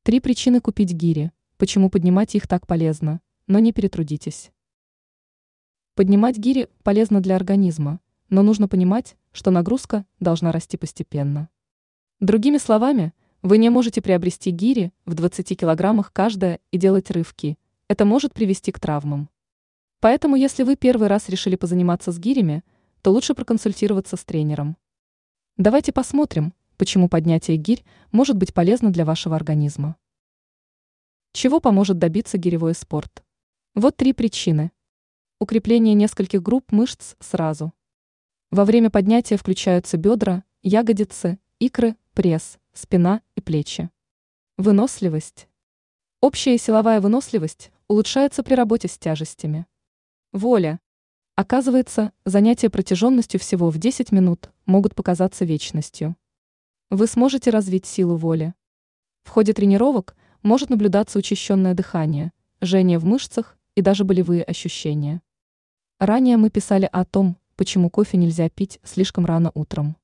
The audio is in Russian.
3 причины купить гири. Почему поднимать их так полезно, но не перетрудитесь. Поднимать гири полезно для организма, но нужно понимать, что нагрузка должна расти постепенно. Другими словами, вы не можете приобрести гири в 20 килограммах каждая и делать рывки. Это может привести к травмам. Поэтому, если вы первый раз решили позаниматься с гирями, то лучше проконсультироваться с тренером. Давайте посмотрим, почему поднятие гирь может быть полезно для вашего организма. Чего поможет добиться гиревой спорт? Вот 3 причины. Укрепление нескольких групп мышц сразу. Во время поднятия включаются бедра, ягодицы, икры, пресс, спина и плечи. Выносливость. Общая силовая выносливость улучшается при работе с тяжестями. Воля. Оказывается, занятия протяженностью всего в 10 минут могут показаться вечностью. Вы сможете развить силу воли. В ходе тренировок может наблюдаться учащенное дыхание, жжение в мышцах и даже болевые ощущения. Ранее мы писали о том, почему кофе нельзя пить слишком рано утром.